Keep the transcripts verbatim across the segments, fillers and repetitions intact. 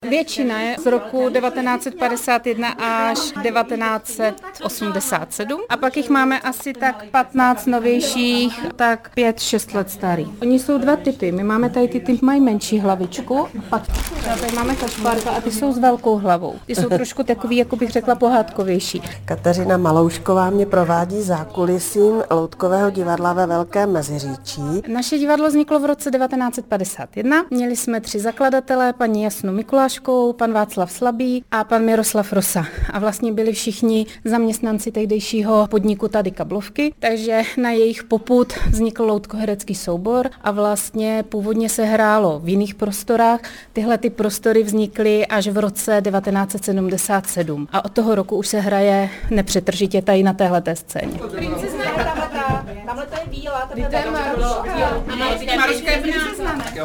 Většina je z roku devatenáct set padesát jedna až devatenáct set osmdesát sedm a pak jich máme asi tak patnáct novějších, tak pět šest let starý. Oni jsou dva typy. My máme tady ty typ, mají menší hlavičku, a pak tady máme kašpárka a ty jsou s velkou hlavou. Ty jsou trošku takový, jako bych řekla, pohádkovější. Kateřina Maloušková mě provádí zákulisím Loutkového divadla ve Velkém Meziříčí. Naše divadlo vzniklo v roce devatenáct set padesát jedna. Měli jsme tři zakladatele, paní Jasnu Mikuláškovou, pan Václav Slabý a pan Miroslav Rosa. A vlastně byli všichni zaměstnanci tehdejšího podniku Tady Kablovky, takže na jejich popud vznikl loutkoherecký soubor a vlastně původně se hrálo v jiných prostorách. Tyhle ty prostory vznikly až v roce devatenáct set sedmdesát sedm a od toho roku už se hraje nepřetržitě tady na téhleté scéně. Tamhle to je bílá, tamhle to je Maruška. Maruška je princezna, ne?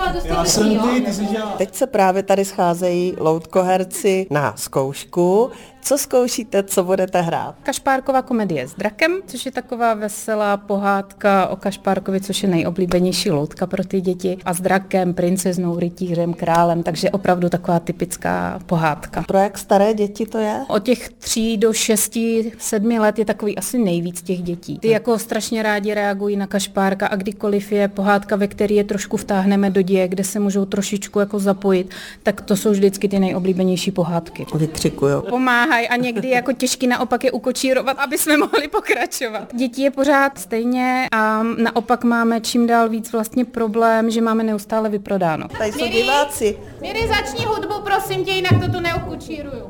Teď se právě tady scházejí loutkoherci na zkoušku. Co zkoušíte, co budete hrát? Kašpárkova komedie s drakem, což je taková veselá pohádka o Kašpárkovi, což je nejoblíbenější loutka pro ty děti. A s drakem, princeznou, rytířem, králem, takže opravdu taková typická pohádka. Pro jak staré děti to je? Od těch tří do šesti, sedmi let je takový asi nejvíc těch dětí. Ty jako strašně rádi reagují na Kašpárka a kdykoliv je pohádka, ve které je trošku vtáhneme do děje, kde se můžou trošičku jako zapojit, tak to jsou vždycky ty nejoblíbenější pohádky. Vykřikujou. Pomáhají a někdy jako těžký naopak je ukočírovat, aby jsme mohli pokračovat. Dětí je pořád stejně a naopak máme čím dál víc vlastně problém, že máme neustále vyprodáno. Tady jsou diváci. Míry, začni hudbu, prosím tě, jinak to tu neukučíruju.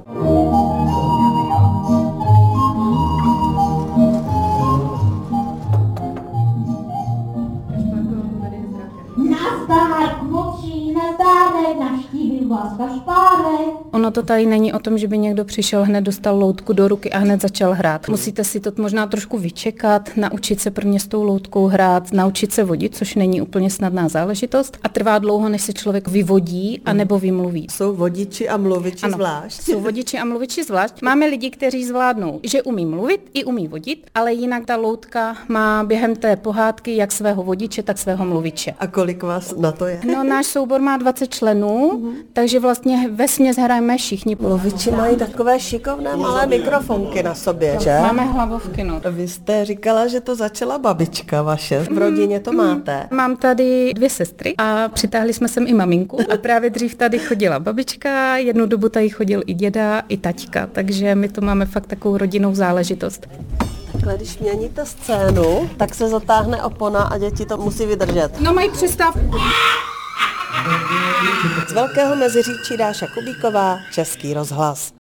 Nazdar, kmotří, nazdárek, navštívil vás Kašpárek. Ono to tady není o tom, že by někdo přišel, hned dostal loutku do ruky a hned začal hrát. Musíte si to možná trošku vyčekat, naučit se prvně s tou loutkou hrát, naučit se vodit, což není úplně snadná záležitost a trvá dlouho, než se člověk vyvodí a nebo vymluví. Jsou vodiči a mluviči ano, zvlášť. Jsou vodiči a mluviči zvlášť. Máme lidi, kteří zvládnou, že umí mluvit i umí vodit, ale jinak ta loutka má během té pohádky jak svého vodiče, tak svého mluviče. A kolik vás na to je? No, náš soubor má dvacet členů, mm-hmm. takže vlastně vesměs hrajeme všichni. Mluviči mají takové šikovné malé mikrofonky na sobě, že? Máme hlavovky, no. Vy jste říkala, že to začala babička vaše. V rodině to máte? Mám tady dvě sestry a přitáhli jsme sem i maminku. A právě dřív tady chodila babička, jednu dobu tady chodil i děda, i taťka, takže my to máme fakt takovou rodinnou záležitost. Takhle, když měníte scénu, tak se zatáhne opona a děti to musí vydržet. No, mají přestávku. Z Velkého Meziříčí Dáša Kubíková, Český rozhlas.